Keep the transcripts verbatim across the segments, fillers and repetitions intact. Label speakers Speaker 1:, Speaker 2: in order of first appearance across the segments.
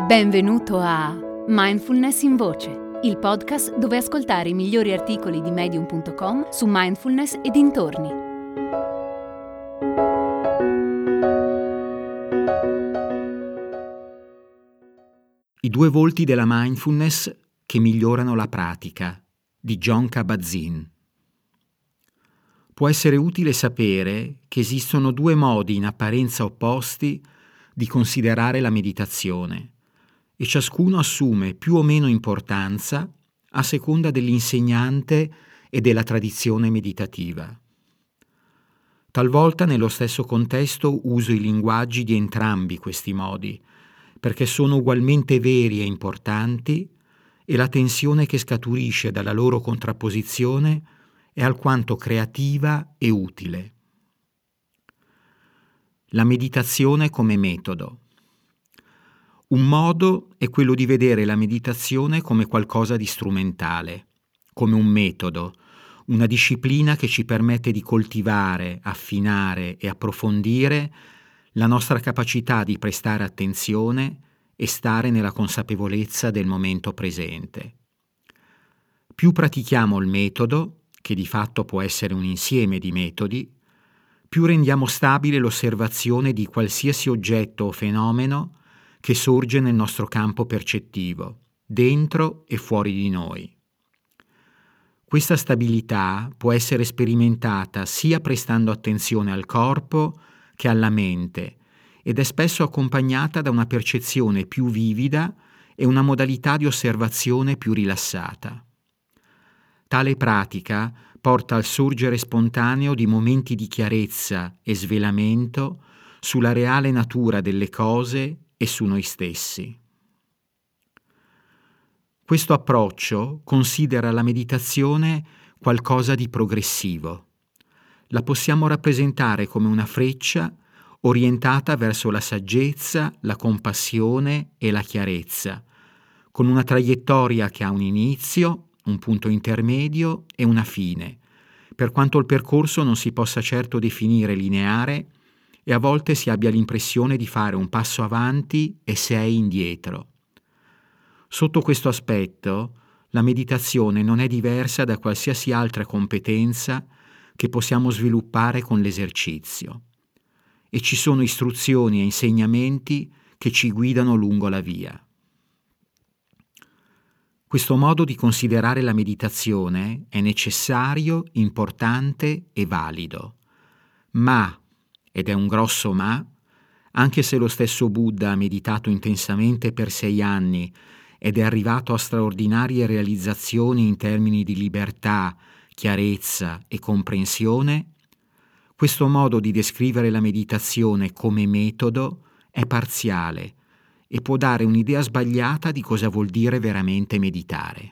Speaker 1: Benvenuto a Mindfulness in Voce, il podcast dove ascoltare i migliori articoli di medium punto com su mindfulness e dintorni.
Speaker 2: I due volti della mindfulness che migliorano la pratica, di Jon Kabat-Zinn. Può essere utile sapere che esistono due modi in apparenza opposti di considerare la meditazione e ciascuno assume più o meno importanza a seconda dell'insegnante e della tradizione meditativa. Talvolta nello stesso contesto uso i linguaggi di entrambi questi modi, perché sono ugualmente veri e importanti e la tensione che scaturisce dalla loro contrapposizione è alquanto creativa e utile. La meditazione come metodo. Un modo è quello di vedere la meditazione come qualcosa di strumentale, come un metodo, una disciplina che ci permette di coltivare, affinare e approfondire la nostra capacità di prestare attenzione e stare nella consapevolezza del momento presente. Più pratichiamo il metodo, che di fatto può essere un insieme di metodi, più rendiamo stabile l'osservazione di qualsiasi oggetto o fenomeno che sorge nel nostro campo percettivo, dentro e fuori di noi. Questa stabilità può essere sperimentata sia prestando attenzione al corpo che alla mente ed è spesso accompagnata da una percezione più vivida e una modalità di osservazione più rilassata. Tale pratica porta al sorgere spontaneo di momenti di chiarezza e svelamento sulla reale natura delle cose e su noi stessi. Questo approccio considera la meditazione qualcosa di progressivo. La possiamo rappresentare come una freccia orientata verso la saggezza, la compassione e la chiarezza, con una traiettoria che ha un inizio, un punto intermedio e una fine, per quanto il percorso non si possa certo definire lineare e a volte si abbia l'impressione di fare un passo avanti e sei indietro. Sotto questo aspetto, la meditazione non è diversa da qualsiasi altra competenza che possiamo sviluppare con l'esercizio, e ci sono istruzioni e insegnamenti che ci guidano lungo la via. Questo modo di considerare la meditazione è necessario, importante e valido, ma, ed è un grosso ma, anche se lo stesso Buddha ha meditato intensamente per sei anni ed è arrivato a straordinarie realizzazioni in termini di libertà, chiarezza e comprensione, questo modo di descrivere la meditazione come metodo è parziale e può dare un'idea sbagliata di cosa vuol dire veramente meditare.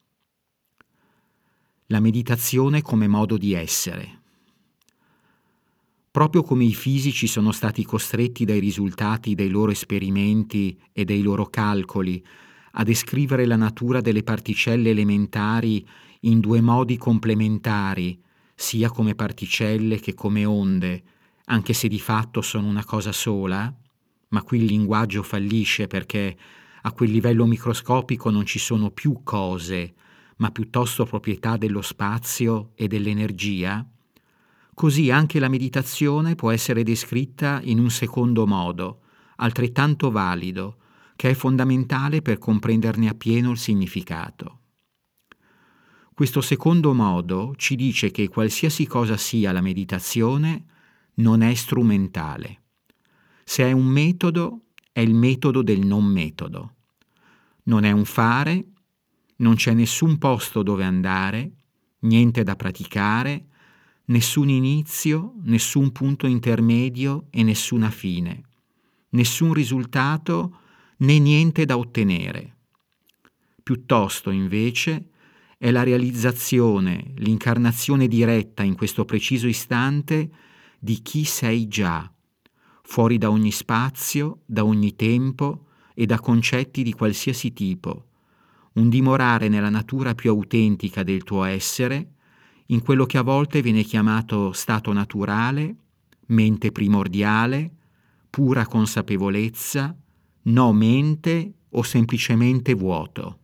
Speaker 2: La meditazione come modo di essere. Proprio come i fisici sono stati costretti dai risultati dei loro esperimenti e dei loro calcoli a descrivere la natura delle particelle elementari in due modi complementari, sia come particelle che come onde, anche se di fatto sono una cosa sola, ma qui il linguaggio fallisce perché a quel livello microscopico non ci sono più cose, ma piuttosto proprietà dello spazio e dell'energia. Così anche la meditazione può essere descritta in un secondo modo, altrettanto valido, che è fondamentale per comprenderne appieno il significato. Questo secondo modo ci dice che qualsiasi cosa sia la meditazione non è strumentale. Se è un metodo, è il metodo del non metodo. Non è un fare, non c'è nessun posto dove andare, niente da praticare, nessun inizio, nessun punto intermedio e nessuna fine, nessun risultato né niente da ottenere. Piuttosto, invece, è la realizzazione, l'incarnazione diretta in questo preciso istante di chi sei già, fuori da ogni spazio, da ogni tempo e da concetti di qualsiasi tipo, un dimorare nella natura più autentica del tuo essere, in quello che a volte viene chiamato stato naturale, mente primordiale, pura consapevolezza, no mente o semplicemente vuoto.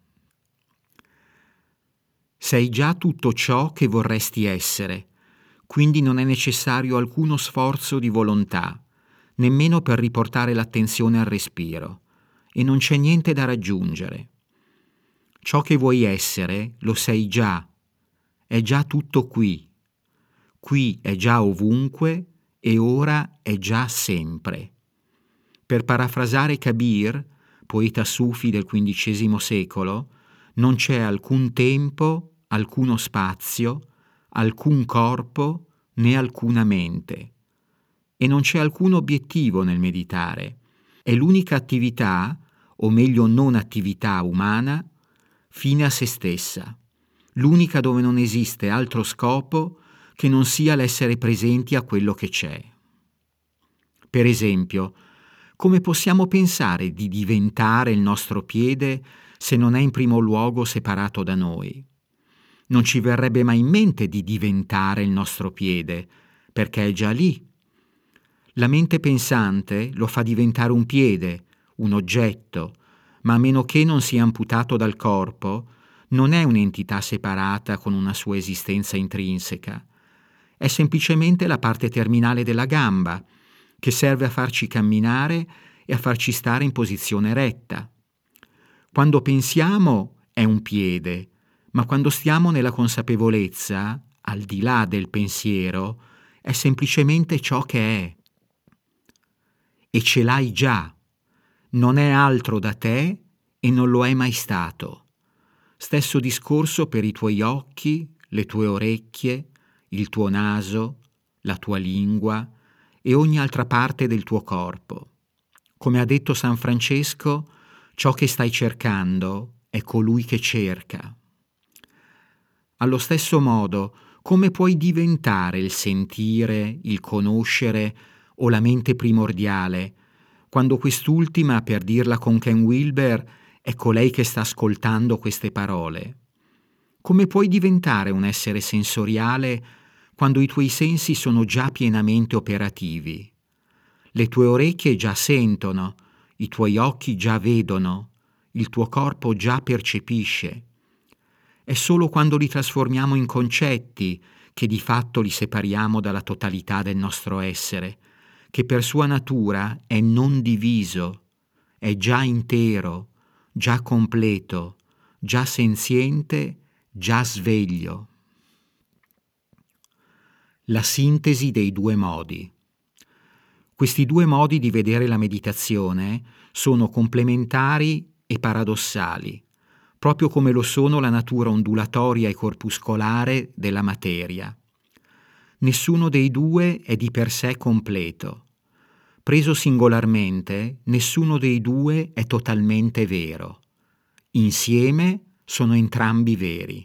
Speaker 2: Sei già tutto ciò che vorresti essere, quindi non è necessario alcuno sforzo di volontà, nemmeno per riportare l'attenzione al respiro, e non c'è niente da raggiungere. Ciò che vuoi essere lo sei già, è già tutto qui. Qui è già ovunque e ora è già sempre. Per parafrasare Kabir, poeta sufi del quindicesimo secolo, non c'è alcun tempo, alcuno spazio, alcun corpo né alcuna mente. E non c'è alcun obiettivo nel meditare. È l'unica attività, o meglio non attività umana, fine a se stessa. L'unica dove non esiste altro scopo che non sia l'essere presenti a quello che c'è. Per esempio, come possiamo pensare di diventare il nostro piede se non è in primo luogo separato da noi? Non ci verrebbe mai in mente di diventare il nostro piede, perché è già lì. La mente pensante lo fa diventare un piede, un oggetto, ma a meno che non sia amputato dal corpo, non è un'entità separata con una sua esistenza intrinseca. È semplicemente la parte terminale della gamba, che serve a farci camminare e a farci stare in posizione retta. Quando pensiamo è un piede, ma quando stiamo nella consapevolezza, al di là del pensiero, è semplicemente ciò che è. E ce l'hai già, non è altro da te e non lo è mai stato. Stesso discorso per i tuoi occhi, le tue orecchie, il tuo naso, la tua lingua e ogni altra parte del tuo corpo. Come ha detto San Francesco, ciò che stai cercando è colui che cerca. Allo stesso modo, come puoi diventare il sentire, il conoscere o la mente primordiale, quando quest'ultima, per dirla con Ken Wilber, è colei che sta ascoltando queste parole? Come puoi diventare un essere sensoriale quando i tuoi sensi sono già pienamente operativi? Le tue orecchie già sentono, i tuoi occhi già vedono, il tuo corpo già percepisce. È solo quando li trasformiamo in concetti che di fatto li separiamo dalla totalità del nostro essere, che per sua natura è non diviso, è già intero, già completo, già senziente, già sveglio. La sintesi dei due modi. Questi due modi di vedere la meditazione sono complementari e paradossali, proprio come lo sono la natura ondulatoria e corpuscolare della materia. Nessuno dei due è di per sé completo. Preso singolarmente, nessuno dei due è totalmente vero. Insieme sono entrambi veri.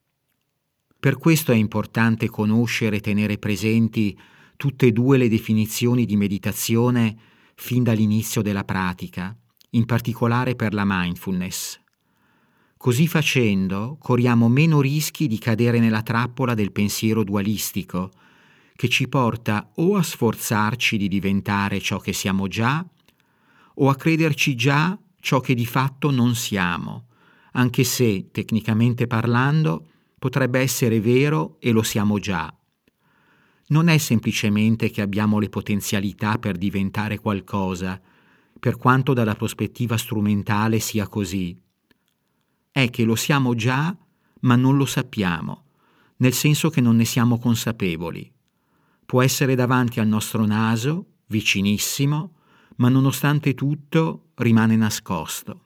Speaker 2: Per questo è importante conoscere e tenere presenti tutte e due le definizioni di meditazione fin dall'inizio della pratica, in particolare per la mindfulness. Così facendo corriamo meno rischi di cadere nella trappola del pensiero dualistico, che ci porta o a sforzarci di diventare ciò che siamo già, o a crederci già ciò che di fatto non siamo, anche se, tecnicamente parlando, potrebbe essere vero e lo siamo già. Non è semplicemente che abbiamo le potenzialità per diventare qualcosa, per quanto dalla prospettiva strumentale sia così. È che lo siamo già, ma non lo sappiamo, nel senso che non ne siamo consapevoli. Può essere davanti al nostro naso, vicinissimo, ma nonostante tutto rimane nascosto.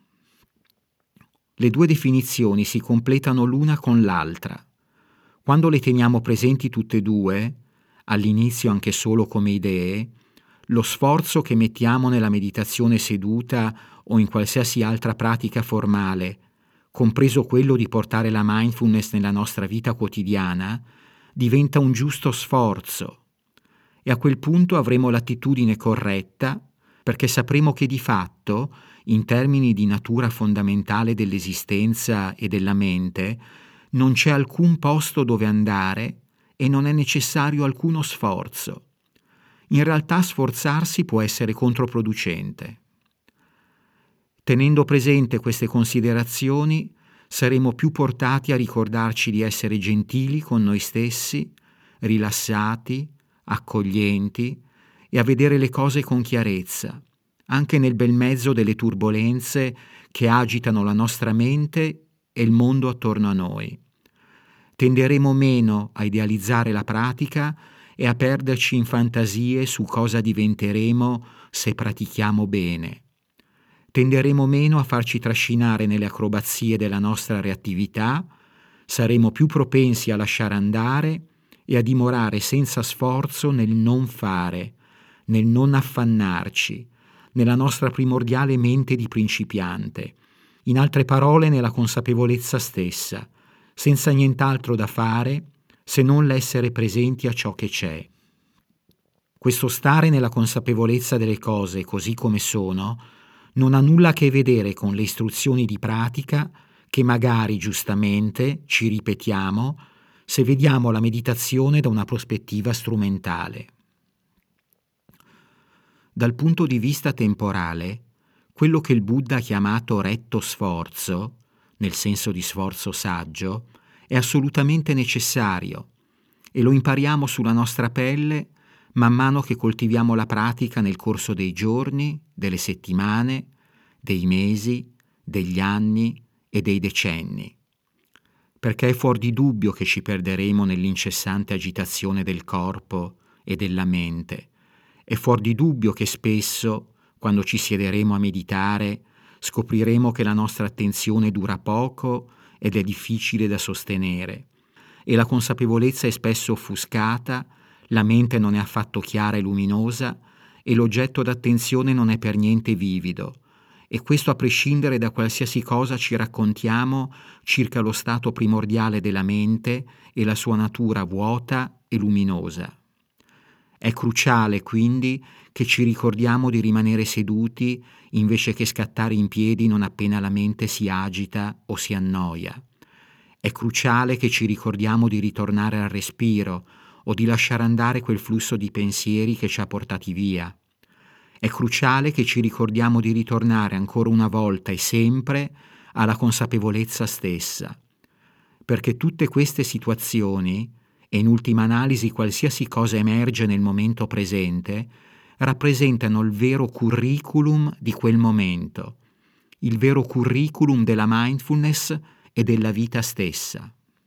Speaker 2: Le due definizioni si completano l'una con l'altra. Quando le teniamo presenti tutte e due, all'inizio anche solo come idee, lo sforzo che mettiamo nella meditazione seduta o in qualsiasi altra pratica formale, compreso quello di portare la mindfulness nella nostra vita quotidiana, diventa un giusto sforzo. E a quel punto avremo l'attitudine corretta, perché sapremo che di fatto, in termini di natura fondamentale dell'esistenza e della mente, non c'è alcun posto dove andare e non è necessario alcuno sforzo. In realtà sforzarsi può essere controproducente. Tenendo presente queste considerazioni, saremo più portati a ricordarci di essere gentili con noi stessi, rilassati, accoglienti e a vedere le cose con chiarezza, anche nel bel mezzo delle turbolenze che agitano la nostra mente e il mondo attorno a noi. Tenderemo meno a idealizzare la pratica e a perderci in fantasie su cosa diventeremo se pratichiamo bene. Tenderemo meno a farci trascinare nelle acrobazie della nostra reattività, saremo più propensi a lasciare andare e a dimorare senza sforzo nel non fare, nel non affannarci, nella nostra primordiale mente di principiante, in altre parole nella consapevolezza stessa, senza nient'altro da fare se non l'essere presenti a ciò che c'è. Questo stare nella consapevolezza delle cose così come sono non ha nulla a che vedere con le istruzioni di pratica che magari giustamente ci ripetiamo se vediamo la meditazione da una prospettiva strumentale. Dal punto di vista temporale, quello che il Buddha ha chiamato retto sforzo, nel senso di sforzo saggio, è assolutamente necessario e lo impariamo sulla nostra pelle man mano che coltiviamo la pratica nel corso dei giorni, delle settimane, dei mesi, degli anni e dei decenni. Perché è fuor di dubbio che ci perderemo nell'incessante agitazione del corpo e della mente. È fuor di dubbio che spesso, quando ci siederemo a meditare, scopriremo che la nostra attenzione dura poco ed è difficile da sostenere, e la consapevolezza è spesso offuscata, la mente non è affatto chiara e luminosa e l'oggetto d'attenzione non è per niente vivido, e questo a prescindere da qualsiasi cosa ci raccontiamo circa lo stato primordiale della mente e la sua natura vuota e luminosa. È cruciale, quindi, che ci ricordiamo di rimanere seduti invece che scattare in piedi non appena la mente si agita o si annoia. È cruciale che ci ricordiamo di ritornare al respiro o di lasciare andare quel flusso di pensieri che ci ha portati via. È cruciale che ci ricordiamo di ritornare ancora una volta e sempre alla consapevolezza stessa, perché tutte queste situazioni, e in ultima analisi qualsiasi cosa emerge nel momento presente, rappresentano il vero curriculum di quel momento, il vero curriculum della mindfulness e della vita stessa.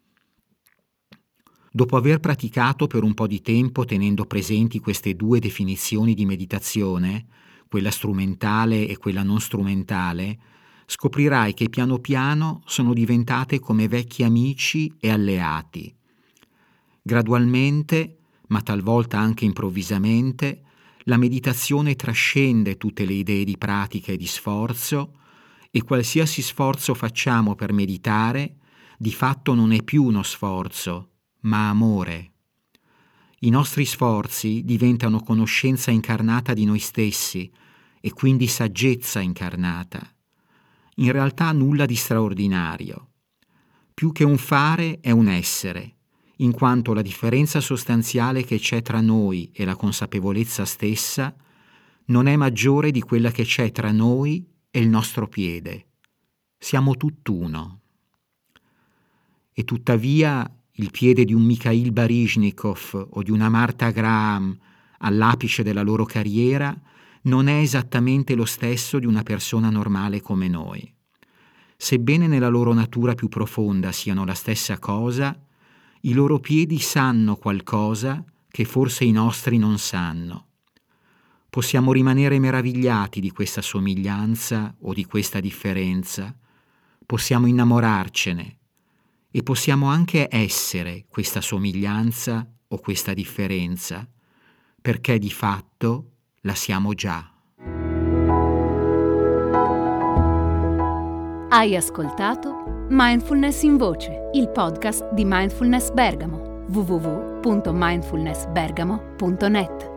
Speaker 2: Dopo aver praticato per un po' di tempo tenendo presenti queste due definizioni di meditazione, quella strumentale e quella non strumentale, scoprirai che piano piano sono diventate come vecchi amici e alleati. Gradualmente, ma talvolta anche improvvisamente, la meditazione trascende tutte le idee di pratica e di sforzo, e qualsiasi sforzo facciamo per meditare, di fatto non è più uno sforzo, ma amore. I nostri sforzi diventano conoscenza incarnata di noi stessi e quindi saggezza incarnata. In realtà nulla di straordinario. Più che un fare è un essere, in quanto la differenza sostanziale che c'è tra noi e la consapevolezza stessa non è maggiore di quella che c'è tra noi e il nostro piede. Siamo tutt'uno. E tuttavia il piede di un Mikhail Baryshnikov o di una Martha Graham all'apice della loro carriera non è esattamente lo stesso di una persona normale come noi. Sebbene nella loro natura più profonda siano la stessa cosa, i loro piedi sanno qualcosa che forse i nostri non sanno. Possiamo rimanere meravigliati di questa somiglianza o di questa differenza, possiamo innamorarcene e possiamo anche essere questa somiglianza o questa differenza, perché di fatto la siamo già.
Speaker 1: Hai ascoltato Mindfulness in Voce, il podcast di Mindfulness Bergamo, w w w punto mindfulness bergamo punto net.